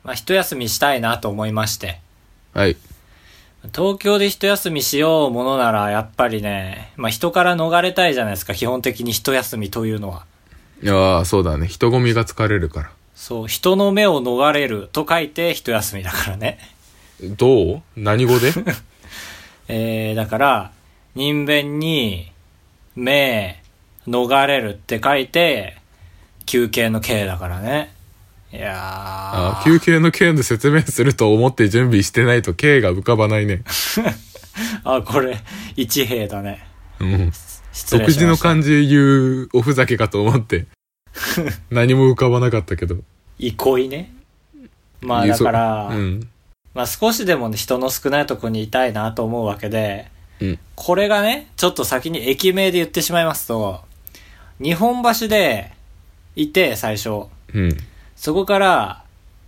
まあ一休みしたいなと思いまして。 はい。 東京で一休みしようものなら、やっぱりね、まあ人から逃れたいじゃないですか、基本的に一休みというのは。 いやー、そうだね。人混みが疲れるから。 そう、人の目を逃れると書いて一休みだからね。 どう？何語で？ だから、人弁に、目、逃れるって書いて、休憩の休だからね。いやー。 休憩の休で説明すると思って準備してないと休が浮かばないね。 これ、一兵だね。 うん。 失礼しました。 独自の漢字言うおふざけかと思って。何も浮かばなかったけど。 憩いね。まあだから、 うん。 まあ少しでも、ね、人の少ないとこにいたいなと思うわけで、 うん、 これがね、ちょっと先に駅名で言ってしまいますと、日本橋でいて最初、 うん、 そこから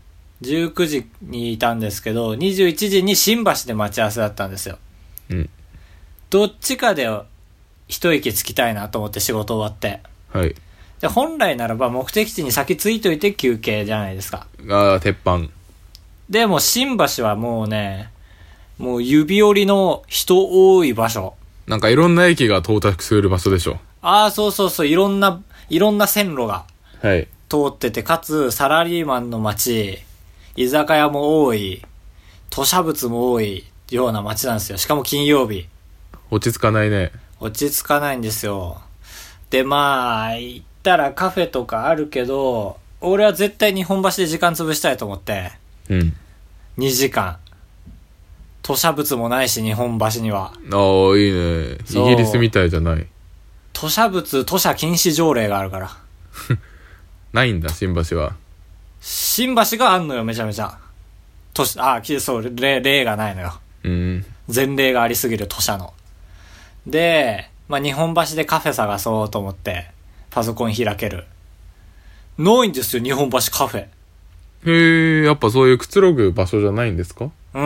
19時にいたんですけど、21時に新橋で待ち合わせだったんですよ。 うん、 どっちかで一息つきたいなと思って仕事終わって。 はい。 で本来ならば目的地に先着いといて休憩じゃないですか。 鉄板。 でも新橋はもうね、もう指折りの人多い場所。 なんかいろんな駅が到達する場所でしょ。 そうそうそう、いろんな線路が通ってて、かつサラリーマンの街、居酒屋も多い、吐砂物も多いような街なんですよ。しかも金曜日。 落ち着かないね。 落ち着かないんですよ。で、まあ、行ったらカフェとかあるけど、俺は絶対日本橋で時間潰したいと思って、 うん。 2時間。吐砂物もないし、日本橋には。 いいね。イギリスみたいじゃない。 吐砂禁止条例があるから。 ないんだ、新橋は。 新橋があんのよ、めちゃめちゃ。そう、例がないのよ。前例がありすぎる、吐砂の。で、まあ、日本橋でカフェ探そうと思って、パソコン開ける。ないんですよ、日本橋カフェ。 へえ、やっぱそういうくつろぐ場所じゃないんですか？ うん。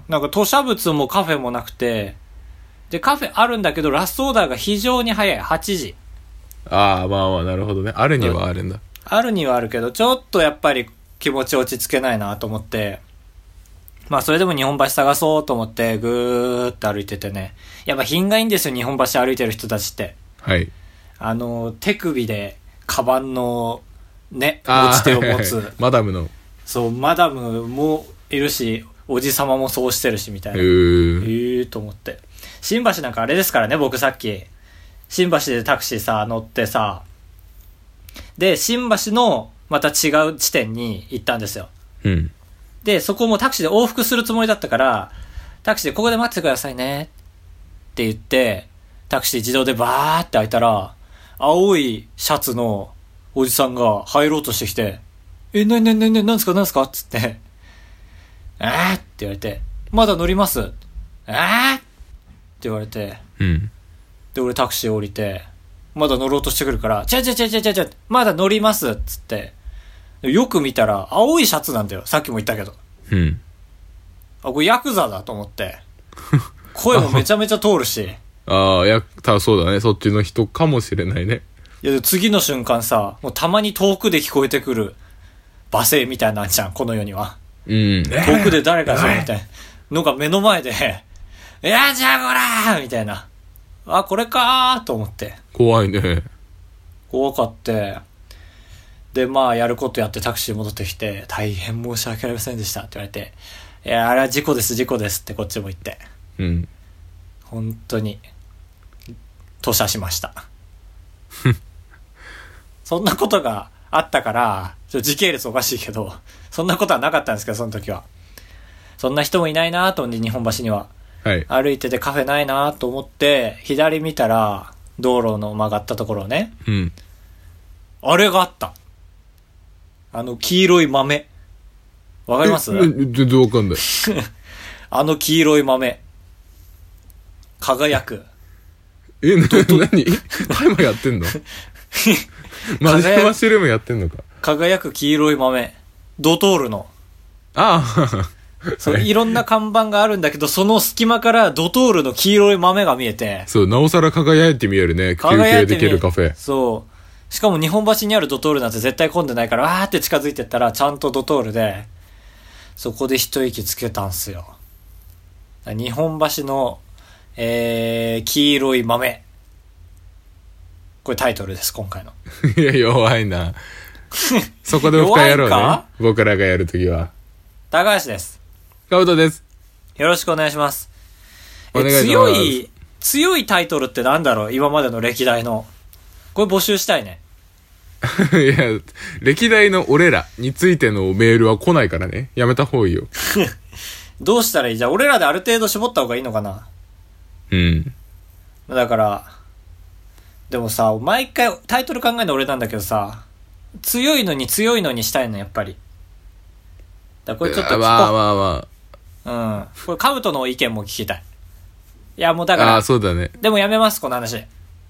なんか、吐砂物もカフェもなくて、で、カフェあるんだけど、ラストオーダーが非常に早い。8時。 まあまあ、なるほどね。あるにはあるんだ。 あるにはあるけど、ちょっとやっぱり気持ち落ち着けないなと思って、まあそれでも日本橋探そうと思って、ぐーって歩いててね。やっぱ品がいいんですよ、日本橋歩いてる人たちって。 はい。 手首で、カバンの、ね、持ち手を持つ。 マダムの。 そう、マダムもいるし、おじさまもそうしてるし、みたいな。と思って。新橋なんかあれですからね、僕さっき。新橋でタクシーさ、乗ってさ、で、新橋のまた違う地点に行ったんですよ。 うん。 で、そこもタクシーで往復するつもりだったから、タクシーでここで待っててくださいねって言って、タクシー自動でバーって開いたら、青いシャツのおじさんが入ろうとしてきて、なんすかつって、って言われて、まだ乗りますって言われて、 うん。 で、俺タクシー降りて、まだ乗ろうとしてくるから、まだ乗りますっつって、よく見たら、青いシャツなんだよ。さっきも言ったけど。 うん。 これヤクザだと思って。声もめちゃめちゃ通るし。 そうだね。そっちの人かもしれないね。 いや、次の瞬間さ、もうたまに遠くで聞こえてくる、罵声みたいなんじゃん、この世には。 うん。 遠くで誰かそうみたいなのが目の前で、じゃあこらーみたいな。これかーと思って。 怖いね。 怖かって。で、まあ、やることやってタクシー戻ってきて、大変申し訳ありませんでしたって言われて、あれは事故ですってこっちも言って。 うん。 本当に、吐射しました。そんなことがあったから、時系列おかしいけど、そんなことはなかったんですけど、その時は。そんな人もいないなと思って、日本橋には。 はい。 歩いててカフェないなと思って、左見たら、道路の曲がったところね。 うん。 あれがあった。黄色い豆。わかります？ 全然わかんない。 黄色い豆。輝く。 何タイマーやってんの？マジマッシュルームやってんのか。 輝く黄色い豆。ドトールの。 そう、 いろんな看板があるんだけど、その隙間からドトールの黄色い豆が見えて。 そう、なおさら輝いて見えるね。休憩できるカフェ。 そう。しかも日本橋にあるドトールなんて絶対混んでないから、って近づいてったら、ちゃんとドトールで、 そこで一息つけたんすよ。日本橋の、黄色い豆。これタイトルです、今回の。 いや、弱いな。そこでオフ会やろうね。僕らがやるときは。 高橋です。 カブトです。 よろしくお願いします。 お願いします。 強いタイトルってなんだろう、今までの歴代の。これ募集したいね。 いや、歴代の俺らについてのメールは来ないからね。やめた方がいいよ。 どうしたらいい？じゃあ俺らである程度絞った方がいいのかな。 うん。 だから、でもさ、毎回タイトル考えるの俺なんだけどさ、強いのにしたいの、やっぱり。だからこれちょっと聞こう。 まあ。 うん。これカブトの意見も聞きたい。いや、もうだから。 そうだね。 でもやめます、この話。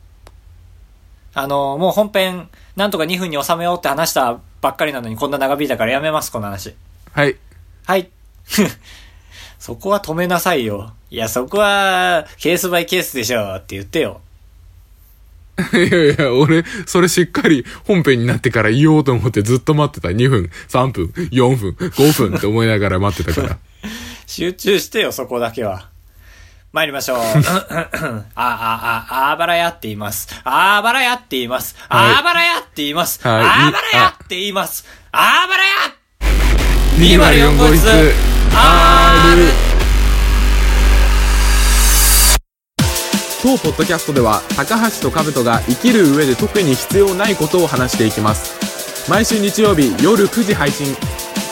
もう本編、なんとか2分に収めようって話したばっかりなのにこんな長引いたからやめます、この話。 はい。 はい。そこは止めなさいよ。いや、そこは、ケースバイケースでしょって言ってよ。 いやいや、俺、それしっかり本編になってから言おうと思ってずっと待ってた。2分、3分、4分、5分って思いながら待ってたから。 集中してよ、そこだけは。参りましょう。あばらやって言います。あばらやって言います。あばらやって言います。あばらやって言います。あばらや !204 号室 R! 当ポッドキャストでは高橋と兜が生きる上で特に必要ないことを話していきます。毎週日曜日夜9時配信。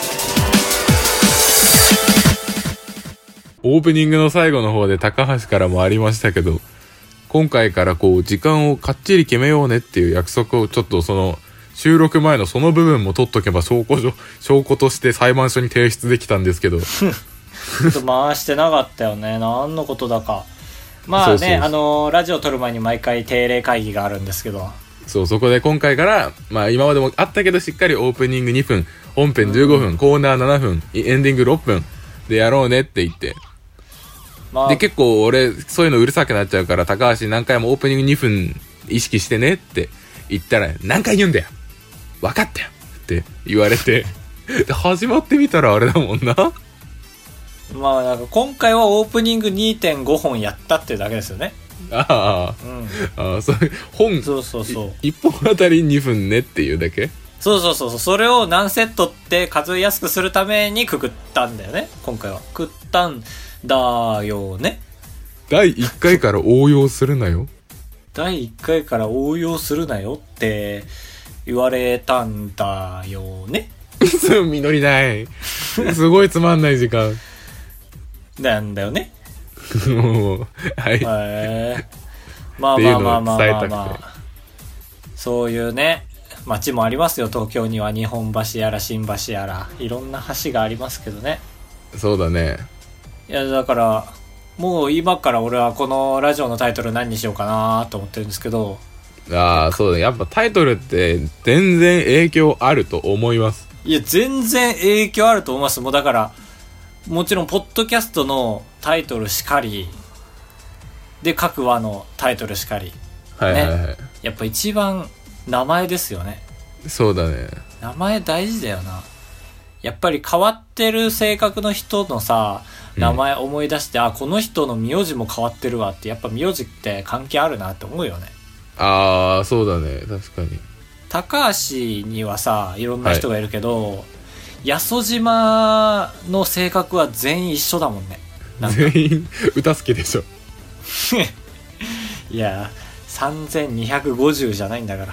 オープニングの最後の方で高橋からもありましたけど、今回から時間をかっちり決めようねっていう約束をちょっと収録前のその部分も取っとけば証拠として裁判所に提出できたんですけど。 ちょっと回してなかったよね。何のことだか。まあね、ラジオ撮る前に毎回定例会議があるんですけど。 そこで今回から、まあ今までもあったけどしっかりオープニング2分、本編15分、コーナー7分、エンディング6分でやろうねって言って。まあ、で、結構俺、そういうのうるさくなっちゃうから、高橋何回もオープニング2分意識してねって言ったら、何回言うんだよ分かったよって言われて、で、始まってみたらあれだもんな。 まあなんか今回はオープニング 2.5 本やったっていうだけですよね。 ああ、そういう本、 そう 1本あたり2分ねっていうだけ。 そうそれを何セットって数えやすくするためにくくったんだよね、今回は。くったんだよね。 第1回から応用するなよ。 第1回から応用するなよって言われたんだよね。 そう、実りない。すごいつまんない時間。 なんだよね。 もう、はい。 まあ。そういうね、街もありますよ、東京には。日本橋やら新橋やら、いろんな橋がありますけどね。 そうだね。 いや、だから、もう今から俺はこのラジオのタイトル何にしようかなと思ってるんですけど。 ああ、そうだね。やっぱタイトルって全然影響あると思います。 いや、全然影響あると思います。もうだから、もちろんポッドキャストのタイトルしかりで、各話のタイトルしかり、 はいはいはい、ね、 やっぱ一番名前ですよね。 そうだね。 名前大事だよな。やっぱり変わってる性格の人のさ、名前思い出して、この人の名字も変わってるわって、やっぱ名字って関係あるなって思うよね。 ああ、そうだね、確かに。高橋にはさ、いろんな人がいるけど、八十島の性格は全員一緒だもんね。 全員歌好きでしょ。 いや、3250じゃないんだから。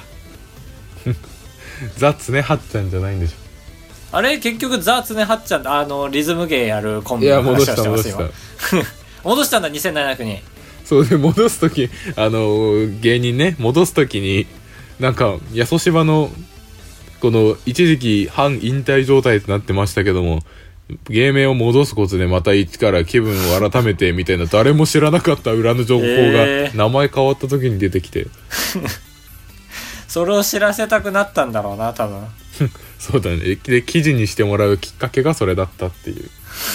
ザ・ツネハッちゃんじゃないんでしょ。 あれ結局ザ・ツネハッちゃん、リズム芸やるコンビの話をしてますよ。戻したんだ、2007年に。 そうで、戻すとき、芸人ね、戻すときに、なんか、八十島の、この、一時期半引退状態となってましたけども、芸名を戻すことでまた一から気分を改めてみたいな、誰も知らなかった裏の情報が名前変わった時に出てきて、 それを知らせたくなったんだろうな、多分。 そうだね。で、記事にしてもらうきっかけがそれだったっていう。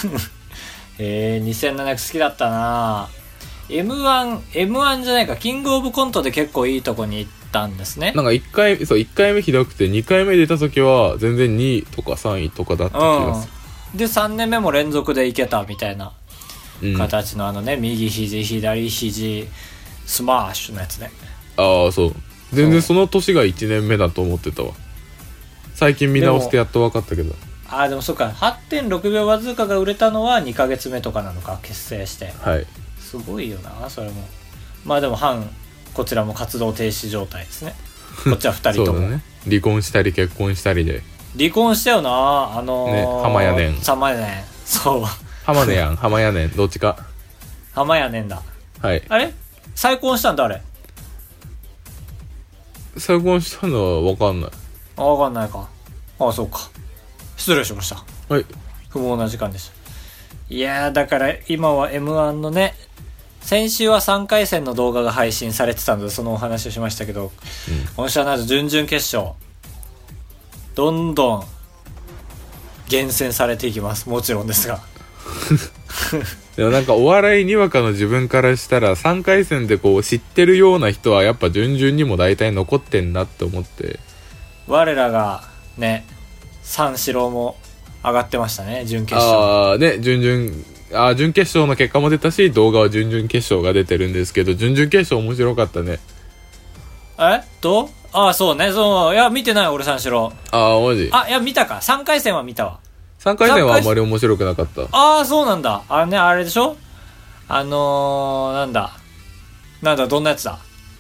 2007好きだったな。M1 じゃないか、キングオブコントで結構いいとこに行ったんですね。 なんか1回目ひどくて、2回目出た時は全然2位とか3位とかだった気がする。 で、3年目も連続でいけたみたいな形の右肘、左肘、スマッシュのやつね。 ああ、そう。全然その年が1年目だと思ってたわ。最近見直してやっと分かったけど。 でもそっか、8.6 秒バズーカが売れたのは2ヶ月目とかなのか、結成して。 はい。 すごいよな、それも。まあでもこちらも活動停止状態ですね。こっちは2人とも。 そうだね。離婚したり結婚したりで。 離婚したよな、 ね、浜やねん。 浜やねん。そう。 浜ねやん、浜やねん、どっちか。 浜やねんだ。 はい。 あれ再婚したんだ、あれ。 再婚したのは分かんない。 分かんないか。そうか。失礼しました。 はい。 不毛な時間でした。いやー、だから今は M1 のね、先週は3回戦の動画が配信されてたので、そのお話をしましたけど、今週はなんと準々決勝、どんどん厳選されていきます。もちろんですが。 でもなんかお笑いにわかの自分からしたら3回戦でこう知ってるような人はやっぱ準々にも大体残ってんなって思って、 我らがね、三四郎も上がってましたね、準決勝。 準決勝の結果も出たし、動画は準々決勝が出てるんですけど、準々決勝面白かったね。 そうね、いや見てない俺三四郎。 マジ。 いや見たか。3回戦は見たわ。 3回戦はあんまり面白くなかった。 そうなんだ。あれでしょ、なんだどんなやつだ。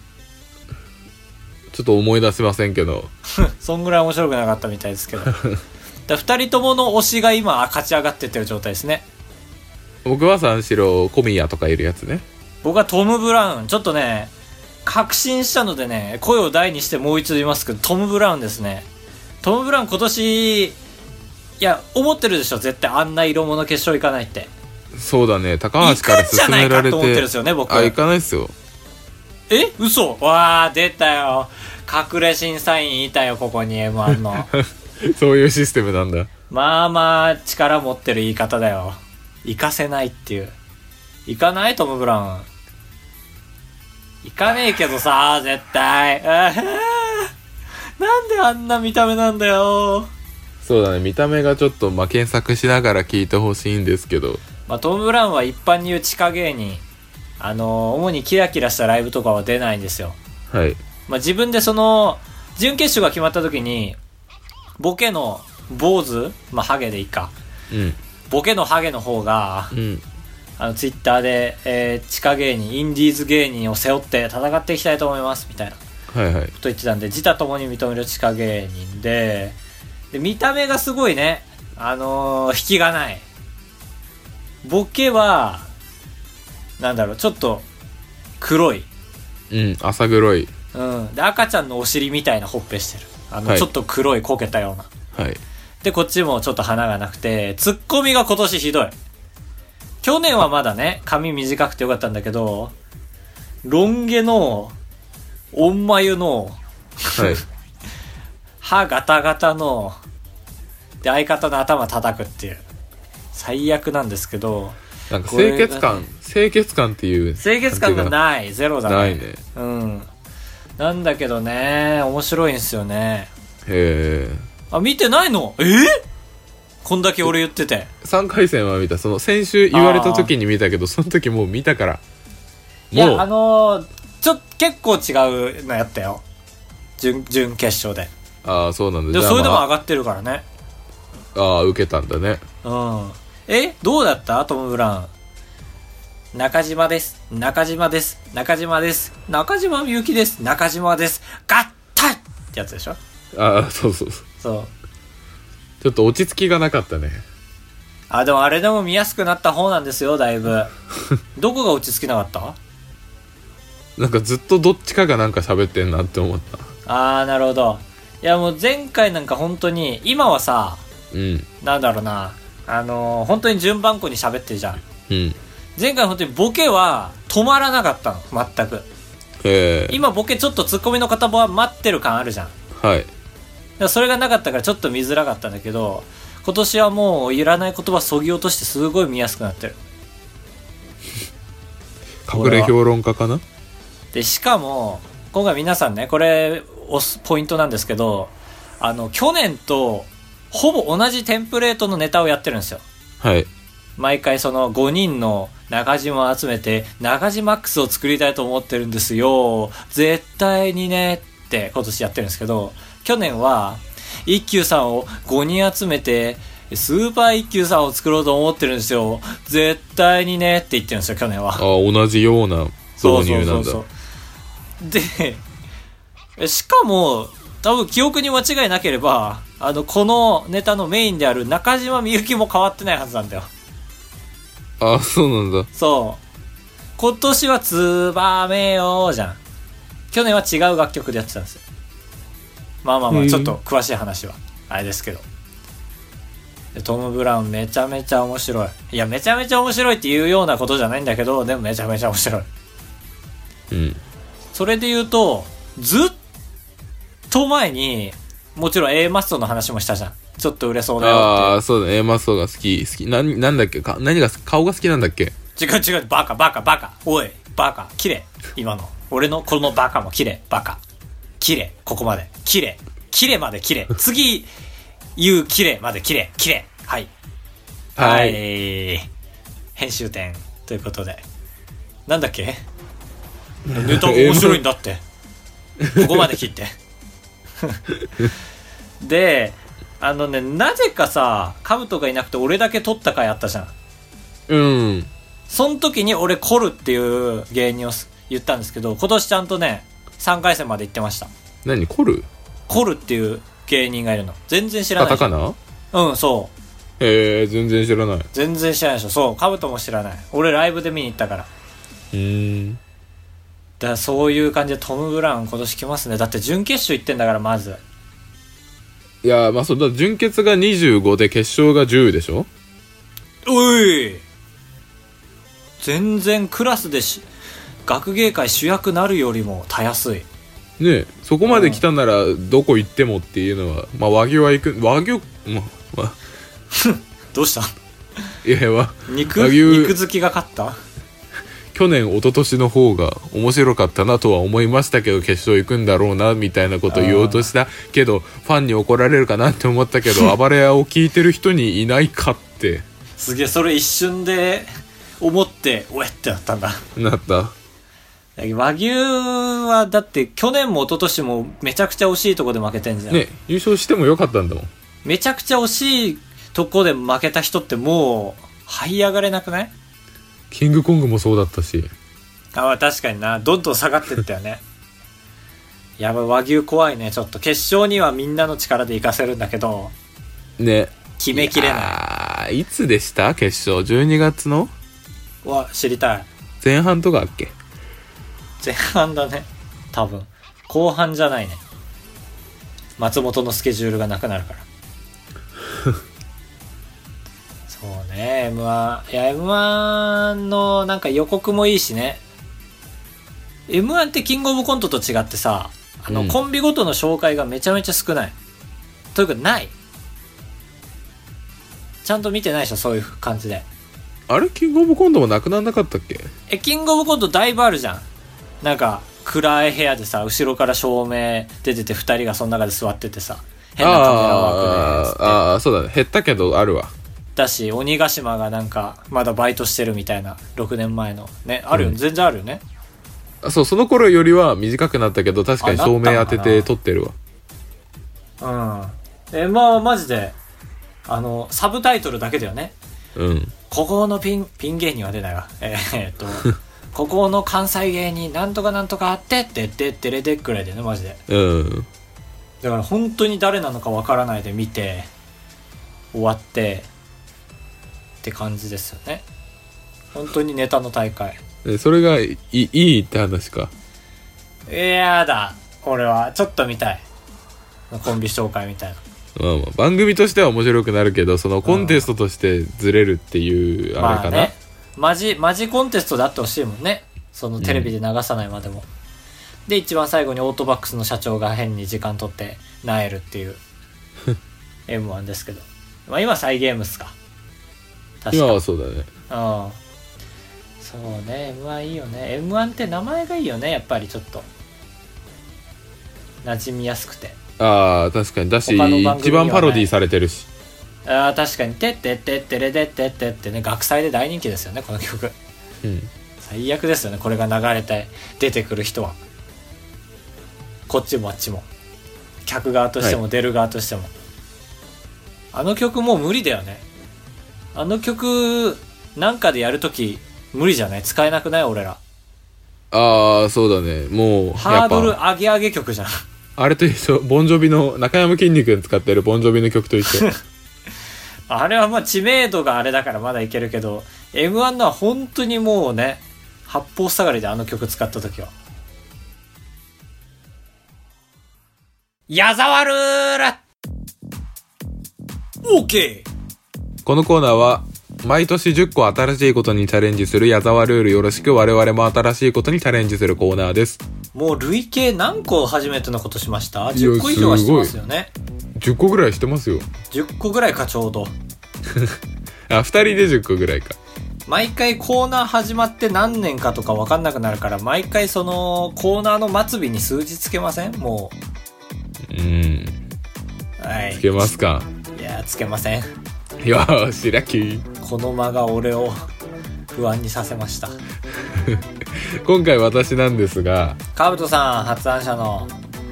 ちょっと思い出せませんけど。 そんぐらい面白くなかったみたいですけど。2人ともの推しが今勝ち上がってってる状態ですね。 僕は三四郎、小宮とかいるやつね。 僕はトム・ブラウン。ちょっとね、確信したのでね、声を大にしてもう一度言いますけど、トム・ブラウンですね。トム・ブラウン今年、いや、思ってるでしょ、絶対あんな色物決勝行かないって。 そうだね、高橋から勧められて。行くんじゃないかと思ってるんですよね、僕。 行かないっすよ。 嘘。わー、出たよ。隠れ審査員いたよ、ここに M1 の。 そういうシステムなんだ。 まあまあ、力持ってる言い方だよ。行かせないっていう。行かないトム・ブラウン。行かねえけどさ、絶対。なんであんな見た目なんだよ。 そうだね、見た目がちょっと検索しながら聞いてほしいんですけど。 トム・ブラウンは一般に言う地下芸人。主にキラキラしたライブとかは出ないんですよ。 はい。 自分で準決勝が決まった時に、ボケの坊主、ハゲでいいか。 うん。 ボケのハゲの方が、ツイッターで、地下芸人、インディーズ芸人を背負って戦っていきたいと思います、みたいな。 はいはい。 と言ってたんで、自他ともに認める地下芸人で、見た目がすごいね、引きがない。ボケは、ちょっと、黒い。 浅黒い。 で、赤ちゃんのお尻みたいなほっぺしてる。 はい、 ちょっと黒いこけたような。はい。 で、こっちもちょっと鼻がなくて、ツッコミが今年ひどい。去年はまだね、髪短くてよかったんだけど、ロン毛の、オンマユの、 はい。 歯ガタガタの、で、相方の頭叩くっていう。最悪なんですけど、 なんか清潔感っていう。 清潔感がない。ゼロだね。 ないね。 なんだけどね、面白いんすよね。 へー。見てないの？こんだけ俺言ってて。 3回戦は見た。先週言われた時に見たけど、その時もう見たから。 いや、結構違うのやったよ。準決勝で。 そうなんだ。 で、それでも上がってるからね。 受けたんだね。 どうだったトム・ブラウン。中島です。中島です。中島です。中島みゆきです。中島です。合体ってやつでしょ。 そう。 そう。 ちょっと落ち着きがなかったね。 でもあれでも見やすくなった方なんですよ、だいぶ。どこが落ち着きなかった？ なんかずっとどっちかがなんか喋ってんなって思った。 なるほど。いやもう前回なんか本当に、今はさ、なんだろうな、本当に順番こに喋ってるじゃん。前回本当にボケは止まらなかったの、全く。今ボケちょっとツッコミの片棒は待ってる感あるじゃん。 はい。 だからそれがなかったからちょっと見づらかったんだけど、今年はもういらない言葉そぎ落としてすごい見やすくなってる。 隠れ評論家かな。 で、しかも今回皆さんね、これポイントなんですけど、去年とほぼ同じテンプレートのネタをやってるんですよ。 はい。 毎回その5人の中島を集めて、中島マックスを作りたいと思ってるんですよ。絶対にねって今年やってるんですけど、去年は一休さんを5人集めて、スーパー一休さんを作ろうと思ってるんですよ。絶対にねって言ってるんですよ、去年は。 同じような導入なんだ。 そうで、しかも、多分記憶に間違いなければ、このネタのメインである中島みゆきも変わってないはずなんだよ。 そうなんだ。 そう。今年はツバメよじゃん。去年は違う楽曲でやってたんですよ。まあ、ちょっと詳しい話は、あれですけど。でトム・ブラウンめちゃめちゃ面白い。いや、めちゃめちゃ面白いっていうようなことじゃないんだけど、でもめちゃめちゃ面白い。 うん。 それで言うと、ずっと前に、もちろん A マッソの話もしたじゃん。ちょっと売れそうだよって。 そうだね。A マッソが好き。なんだっけ何が、顔が好きなんだっけ。 違う、バカ。おい、バカ。綺麗。今の。俺のこのバカも綺麗。バカ。綺麗。ここまで。綺麗まで綺麗。次、言う綺麗まで綺麗。はい。はい。編集点。ということで。なんだっけネタが面白いんだって。ここまで切って。で、なぜかさ、カブトがいなくて俺だけ撮った回あったじゃん。 うん。 その時に俺コルっていう芸人を言ったんですけど、今年ちゃんとね、3回戦まで行ってました。 何コルっていう芸人がいるの。全然知らない。 カタカナ？ うん、そう。 全然知らない。 全然知らないでしょ。そう、カブトも知らない。俺ライブで見に行ったから。だからそういう感じでトム・ブラウン今年来ますね。だって準決勝行ってんだから、まず。 いや、まあそうだ、準決が25で決勝が10でしょ。 おい、全然クラスで学芸会主役なるよりもたやすいね。 え、そこまで来たならどこ行ってもっていうのは、まあ和牛は行く、和牛、 どうした？ いや、 肉好きが勝った？ 去年一昨年の方が面白かったなとは思いましたけど、決勝行くんだろうなみたいなことを言おうとしたけど、ファンに怒られるかなって思ったけど暴れ屋を聞いてる人にいないかって。 すげえ、それ一瞬で思っておえってなったんだ。 なった。 和牛はだって去年も一昨年もめちゃくちゃ惜しいとこで負けてんじゃんね。優勝してもよかったんだもん。 めちゃくちゃ惜しいとこで負けた人ってもう這い上がれなくない？ キングコングもそうだったし。 確かにな、どんどん下がってったよね。やばい、和牛怖いね。ちょっと決勝にはみんなの力で行かせるんだけどね、 決めきれない。 いつでした決勝？12月の知りたい。 前半とかあっけ？ 前半だね多分。後半じゃないね。松本のスケジュールがなくなるから。そうね、M1。いや、M1 のなんか予告もいいしね。M1 ってキングオブコントと違ってさ、コンビごとの紹介がめちゃめちゃ少ない。というか、ない。ちゃんと見てないでしょ、そういう感じで。 あれキングオブコントもなくなんなかったっけ？ キングオブコントだいぶあるじゃん。なんか、暗い部屋でさ、後ろから照明出てて2人がその中で座っててさ、変なカメラワークでつって。 そうだね。減ったけどあるわ。 だし、鬼ヶ島がなんかまだバイトしてるみたいな、6年前のね、あるよね、全然あるよね。 そう、その頃よりは短くなったけど、確かに照明当てて撮ってるわ。まあマジでサブタイトルだけだよね。ここのピン芸人は出ないわ。ここの関西芸人なんとかなんとかあってってってれでくらいだよね、マジで。だから本当に誰なのかわからないで見て終わってって感じですよね。本当にネタの大会。 それがいいって話か。 やだ、俺はちょっと見たい。コンビ紹介みたいな。 番組としては面白くなるけど、そのコンテストとしてずれるっていうあれかな。ね、 マジコンテストであってほしいもんね。そのテレビで流さないまでも。で一番最後にオートバックスの社長が変に時間取ってなえるっていうM1 ですけど、今サイゲームっすか。確か今はそうだね。 そうね、M1 いいよね。M1 って名前がいいよね、やっぱりちょっと馴染みやすくて。 ああ確かにだし他の番組にはない一番パロディされてるし。 ああ確かに、てってってってれでってってってね、学祭で大人気ですよねこの曲。 うん。 最悪ですよねこれが流れて出てくる人は。こっちもあっちも、客側としても出る側としても、あの曲もう無理だよね。あの曲なんかでやるとき無理じゃない？使えなくない？俺らああそうだね。もうハードル上げ上げ曲じゃん。 あれと一緒。ボンジョビの中山きんに君使ってるボンジョビの曲と一緒。 あれはまあ知名度があれだからまだいけるけど、 M1 のは本当にもうね、八方塞がりであの曲使った時は。矢沢ルール OK。 このコーナーは毎年10個新しいことにチャレンジする矢沢ルールよろしく、我々も新しいことにチャレンジするコーナーです。 もう累計何個初めてのことしました？ 10 個以上はしてますよね。 10個ぐらいしてますよ。 10個ぐらいかちょうど。 あ、2人で10個ぐらいか。 毎回コーナー始まって何年かとか分かんなくなるから、毎回そのコーナーの末尾に数字つけません？もうはい、 つけますか。 いやつけません。 よーしラッキー。 この間が俺を不安にさせました。 今回私なんですが、 カブトさん発案者の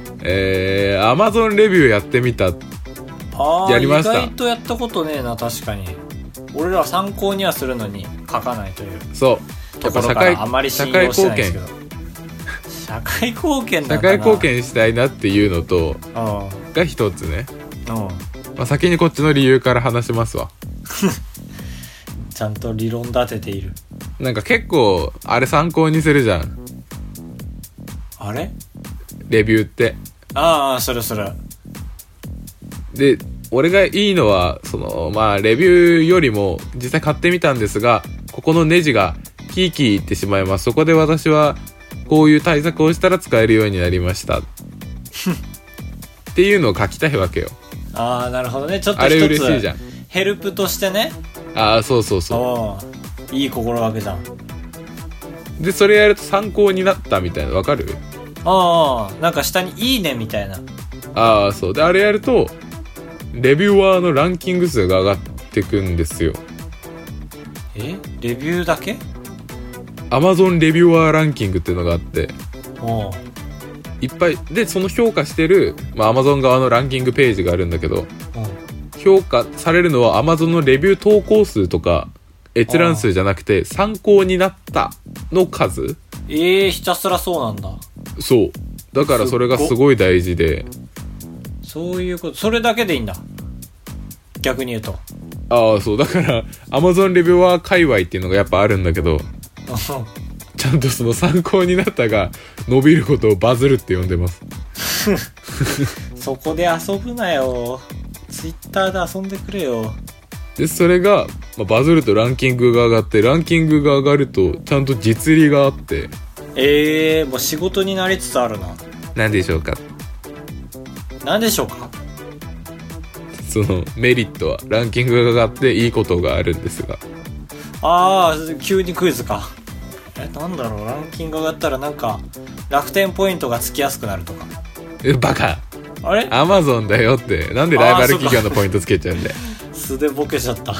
Amazon レビューやってみた。やりました。 意外とやったことねえな。確かに俺ら参考にはするのに書かないという、 そうところからあまり信用してないんですけど、社会貢献なんだな。 社会貢献したいなっていうのとが一つね。まあ、先にこっちの理由から話しますわ。 ちゃんと理論立てている。 なんか結構あれ参考にするじゃん、 あれレビューって。 ああそれそれで俺がいいのはそのまあレビューよりも実際買ってみたんですが、ここのネジがキーキーいってしまいます。そこで私はこういう対策をしたら使えるようになりましたっていうのを書きたいわけよ。 ああなるほどね。ちょっとあれ一嬉しいじゃん。 ヘルプとしてね。 ああそうそうそいい心がけじゃん。 でそれやると参考になったみたいな、わかる？ ああなんか下にいいねみたいな。 ああそうで、あれやるとレビューアーのランキング数が上がってくんですよ。 レビューだけ？ Amazon レビューアーランキングっていうのがあって、いっぱいでその評価してる、まあ、Amazon 側のランキングページがあるんだけど、評価されるのは Amazon のレビュー投稿数とか閲覧数じゃなくて参考になったの数。 ひたすらそうなんだ。 そうだからそれがすごい大事で。 そういうこと。それだけでいいんだ逆に言うと。 ああそうだから Amazon レビューアー界隈っていうのがやっぱあるんだけどちゃんとその参考になったが伸びることをバズるって呼んでます。 そこで遊ぶなよ。ツイッターで遊んでくれよ。 でそれが、まあ、バズるとランキングが上がって、ランキングが上がるとちゃんと実利があって、 もう仕事になりつつあるな。 何でしょうか。 何でしょうか。 そのメリットはランキングが上がっていいことがあるんですが。 ああ急にクイズか。なんだろう。ランキング上がったらなんか楽天ポイントがつきやすくなるとか。 バカ。 あれ Amazon だよって。なんでライバル企業のポイントつけちゃうんだよ。 素でボケちゃった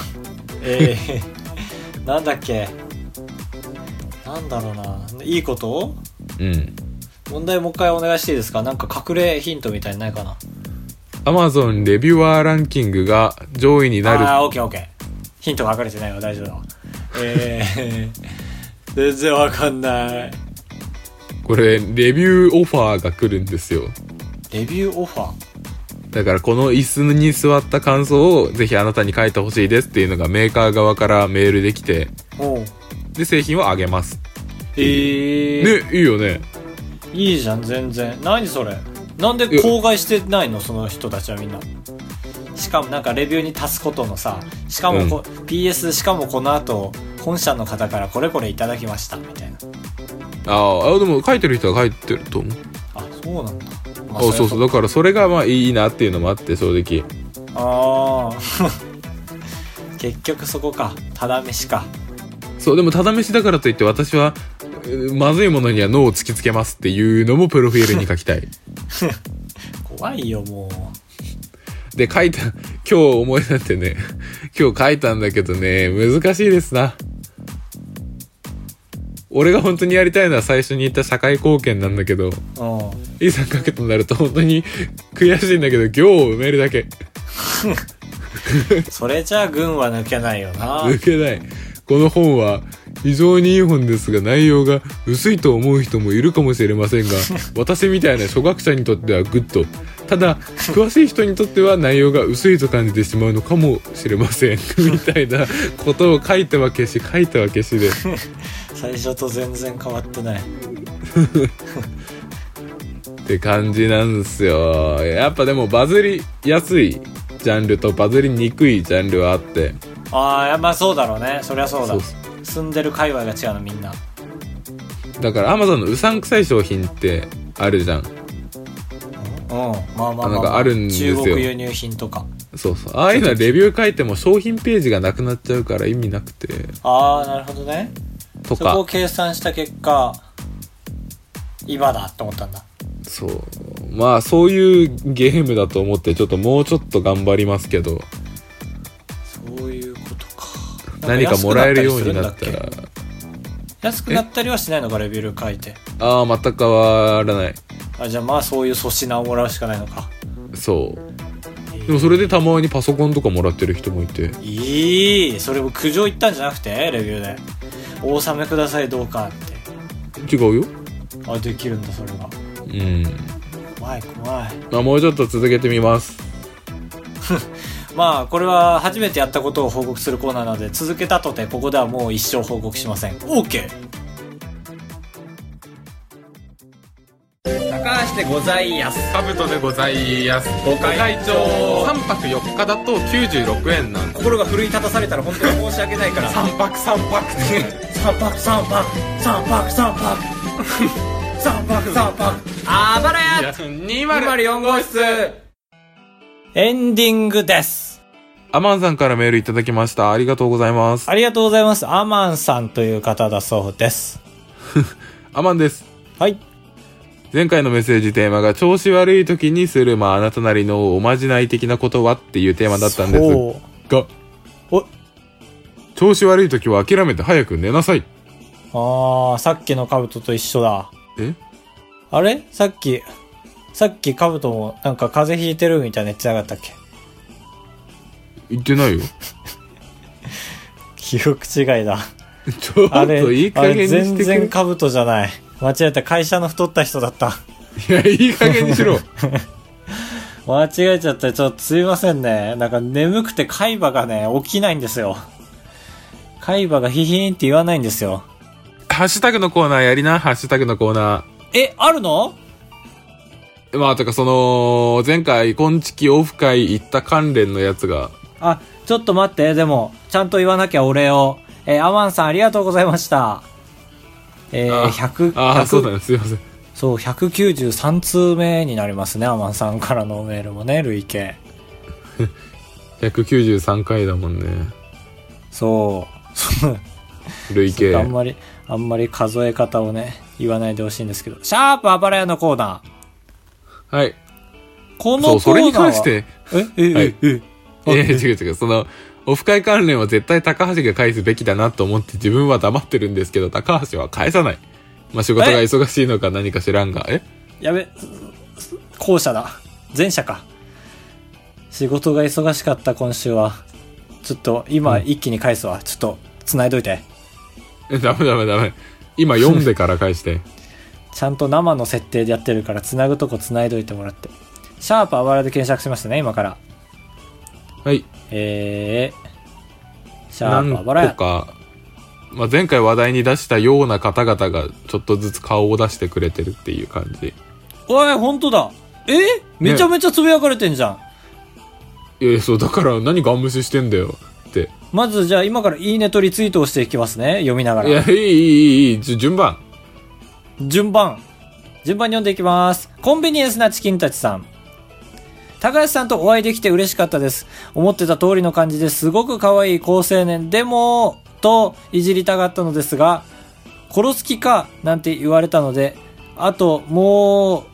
なんだっけ。なんだろうな。いいこと？問題もう一回お願いしていいですか。なんか隠れヒントみたいにないかな。 Amazon レビュアーランキングが上位になる。 オッケー。ヒントが隠れてないわ。大丈夫だわ。全然わかんない。 これレビューオファーが来るんですよ。 レビューオファー。 だからこの椅子に座った感想をぜひあなたに書いてほしいですっていうのがメーカー側からメールできて、で製品をあげます。ね、いいよね。 いいじゃん全然。何それ。なんで口外してないのその人たちはみんな。しかもなんかレビューに足すことのさ、しかもPS しかもこの後本社の方からこれこれいただきましたみたいな。 でも書いてる人は書いてると思う。 あ、そうなんだ。 そうだからそれがまあいいなっていうのもあって、正直。 結局そこか。ただ飯か。 そうでもただ飯だからといって私はまずいものには脳を突きつけますっていうのもプロフィールに書きたい。 怖いよもう。で書いた、今日思い出ってね、今日書いたんだけどね、難しいですな。俺が本当にやりたいのは最初に言った社会貢献なんだけど、いざ書くとなると本当に悔しいんだけど、行を埋めるだけ。 それじゃあ軍は抜けないよな。 抜けない。この本は非常にいい本ですが、内容が薄いと思う人もいるかもしれませんが、私みたいな初学者にとってはグッド。ただ詳しい人にとっては内容が薄いと感じてしまうのかもしれませんみたいなことを書いては消しで最初と全然変わってないって感じなんですよ。やっぱでもバズりやすいジャンルとバズりにくいジャンルはあって、 ああまあそうだろうね。そりゃそうだ。住んでる界隈が違うのみんな。 だから Amazon のうさんくさい商品ってあるじゃん。 まあなんかあるんですよ。 中国輸入品とか。 そうああいうのはレビュー書いても商品ページがなくなっちゃうから意味なくて。 ああなるほどね。 とかそこを計算した結果今だって思ったんだ。 そうまあそういうゲームだと思ってちょっともうちょっと頑張りますけど。 そういうことか。 何かもらえるようになったら。 安くなったりはしないのかレビュー書いて。 ああ全く変わらない。 じゃあまあそういう粗品をもらうしかないのか。 そう、でもそれでたまにパソコンとかもらってる人もいて。 それも苦情言ったんじゃなくてレビューでお納めくださいどうかって。 違うよ。 できるんだそれが。怖い。 まあもうちょっと続けてみますまあこれは初めてやったことを報告するコーナーなので、続けたとてここではもう一生報告しません。 OK。高橋でございやす。 カブトでございやす。ご会長3泊4日だと96円なんで。 心が奮い立たされたら本当に申し訳ないから 3泊3泊あばらや204号室。エンディングです。 アマンさんからメールいただきました。ありがとうございます。 ありがとうございます。アマンさんという方だそうですアマンです。 はい。 前回のメッセージテーマが調子悪い時にするあなたなりのおまじない的なことはっていうテーマだったんですが、調子悪い時は諦めて早く寝なさい。 さっきのカブトと一緒だ。あれさっきカブトもなんか風邪ひいてるみたいな言ってなかったっけ？ 言ってないよ記憶違いだちょっといい加減にしてくれ。 全然カブトじゃない。間違えた。会社の太った人だった。 いやいい加減にしろ間違えちゃった。ちょっとすいませんね。なんか眠くて海馬がね起きないんですよ。海馬がヒヒーンって言わないんですよ。 ハッシュタグのコーナーやりな。ハッシュタグのコーナーあるの？ てかその前回こんちきオフ会行った関連のやつが。 ちょっと待って。でもちゃんと言わなきゃお礼を。アマンさんありがとうございました。100 そうだね、すいません。 そう193通目になりますね。アマンさんからのメールもね、累計 193回だもんね。 そう累計。 あんまり数え方をね言わないでほしいんですけど、シャープあばらやのコーナー。はい。 このコーナーはそれに関して違うそのオフ会関連は絶対高橋が返すべきだなと思って自分は黙ってるんですけど、高橋は返さない。仕事が忙しいのか何か知らんが。 やべ、後者だ。前者か。仕事が忙しかった今週は。ちょっと今一気に返すわ。ちょっと繋いどいて。 ダメ。今読んでから返して。 ちゃんと生の設定でやってるから繋ぐとこ繋いどいてもらって。シャープあばらで検索しましたね、今から。 はい。 シャープあばらや。 なんとか、前回話題に出したような方々がちょっとずつ顔を出してくれてるっていう感じ。 おい、ほんとだ。めちゃめちゃつぶやかれてんじゃん。 いや、そう、だから何ガン無視してんだよって。 まずじゃあ今からいいねとリツイートをしていきますね。読みながら。 いや、いい。順番に読んでいきます。コンビニエンスなチキンたちさん。高橋さんとお会いできて嬉しかったです。思ってた通りの感じですごく可愛い好青年でもといじりたかったのですが、殺す気かなんて言われたので、あともう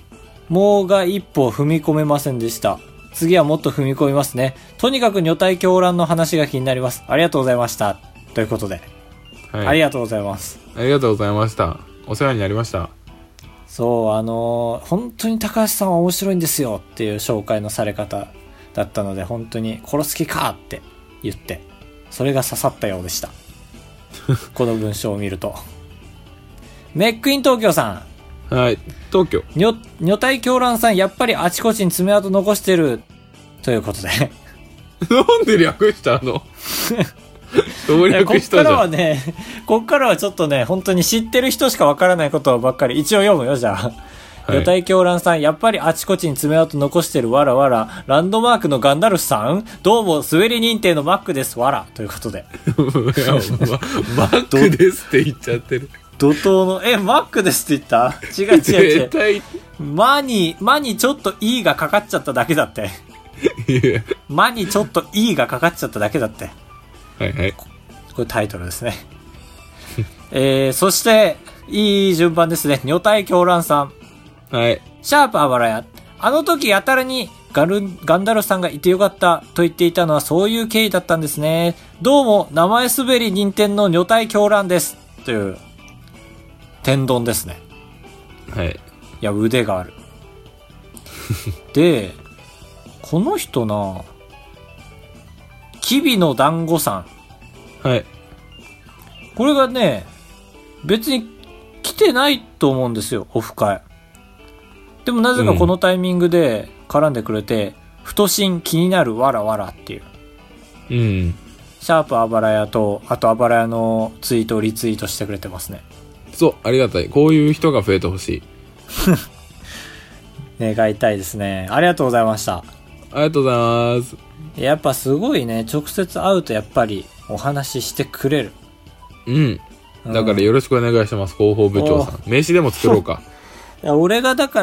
もうが一歩踏み込めませんでした。次はもっと踏み込みますね。とにかく女体狂乱の話が気になります。ありがとうございました。ということで。はい、ありがとうございます。 ありがとうございました。お世話になりました。 そう、本当に高橋さんは面白いんですよっていう紹介のされ方だったので、本当に殺す気かって言って、それが刺さったようでした。この文章を見ると。メックイン東京さん。はい、東京。 女体狂乱さん、やっぱりあちこちに爪痕残してる。ということで。 なんで略したの省略したじゃん。 こっからはね、こっからはちょっとね、本当に知ってる人しかわからないことばっかり、一応読むよ、じゃあ。女体狂乱さん、やっぱりあちこちに爪痕残してるわらわら、ランドマークのガンダルフさん、どうも滑り認定のマックですわら、ということで。 マックですって言っちゃってる。 怒涛の、マックですって言った？違う。絶対。マにちょっと E がかかっちゃっただけだって。マにちょっと E がかかっちゃっただけだって。 はいはい。 これタイトルですね。そして、いい順番ですね。女体狂乱さん。 はい。 シャープあばらや。あの時やたらにガンダルフさんがいてよかったと言っていたのはそういう経緯だったんですね。どうも、名前滑り任天の女体狂乱です。という、天丼ですね。 はい。 いや、腕がある。で、この人な、キビの団子さん。はい。 これがね、別に来てないと思うんですよ、オフ会。でもなぜかこのタイミングで絡んでくれて、太心気になるわらわらっていう。 うん。 シャープあばらやと、あとあばらやのツイートをリツイートしてくれてますね。 そう、ありがたい。こういう人が増えてほしい。願いたいですね。ありがとうございました。 ありがとうございます。 やっぱすごいね、直接会うとやっぱりお話ししてくれる。 うん。だからよろしくお願いします、広報部長さん。名刺でも作ろうか。 いや俺がだから、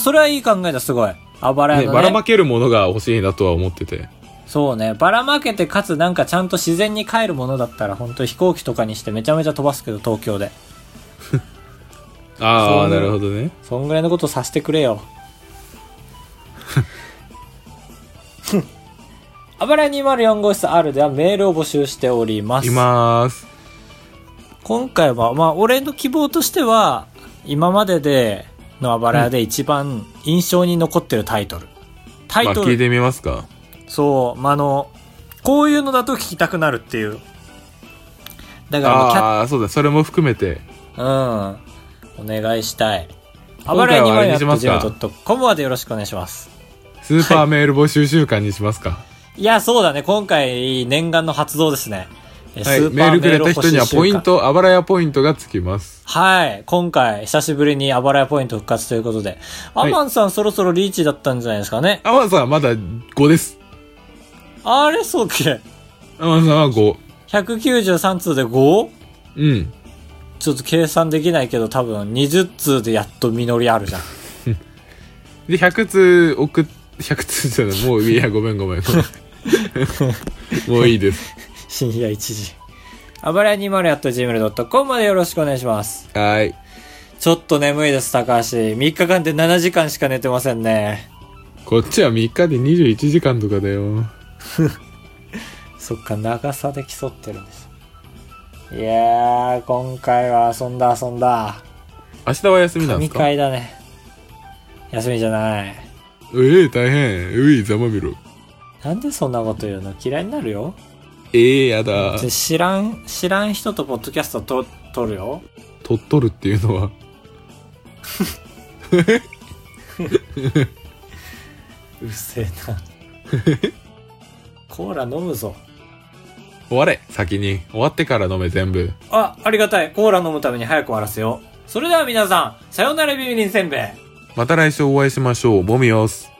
それはいい考えだ、すごい。あばらやのね。 ばらまけるものが欲しいなとは思ってて。 そうね、ばらまけてかつなんかちゃんと自然に帰るものだったら本当飛行機とかにしてめちゃめちゃ飛ばすけど、東京で。 ああ、なるほどね。 そんぐらいのことさせてくれよ。あばらや204号室 R ではメールを募集しております。 います。 今回は、俺の希望としては、今まででのあばらやで一番印象に残ってるタイトル。 聞いてみますか。 そう、こういうのだと聞きたくなるっていう。だからそうだ、それも含めて。 うん。お願いしたい。あばらや204.gmail.com までよろしくお願いします。 スーパーメール募集週間にしますか。 いや、そうだね。今回、念願の発動ですね。 はい、メールくれた人にはポイント、あばらやポイントがつきます。 はい。今回、久しぶりにあばらやポイント復活ということで。アマンさんそろそろリーチだったんじゃないですかね。 アマンさんはまだ5です。 あれ、そうっけ。 アマンさんは5。 193通で 5？ うん。 ちょっと計算できないけど多分20通でやっと実りあるじゃん。 で、100通100通じゃない。もう、いや、ごめん。もういいです。 深夜1時。あばらや 20@gmail.com までよろしくお願いします。 はい。 ちょっと眠いです、高橋。3日間で7時間しか寝てませんね。 こっちは3日で21時間とかだよ。 そっか、長さで競ってるんです。いやー、今回は遊んだ。 明日は休みなんですか？ 神回だね。休みじゃない。 大変。ざまみろ。 なんでそんなこと言うの？嫌いになるよ。 やだ。 知らん人とポッドキャスト撮るよ。 撮るっていうのはうっせえな。コーラ飲むぞ。 終われ、先に。終わってから飲め、全部。 ありがたい。コーラ飲むために早く終わらせよう。それでは皆さん、さよならビビリンせんべい。 また来週お会いしましょう。ボミオス。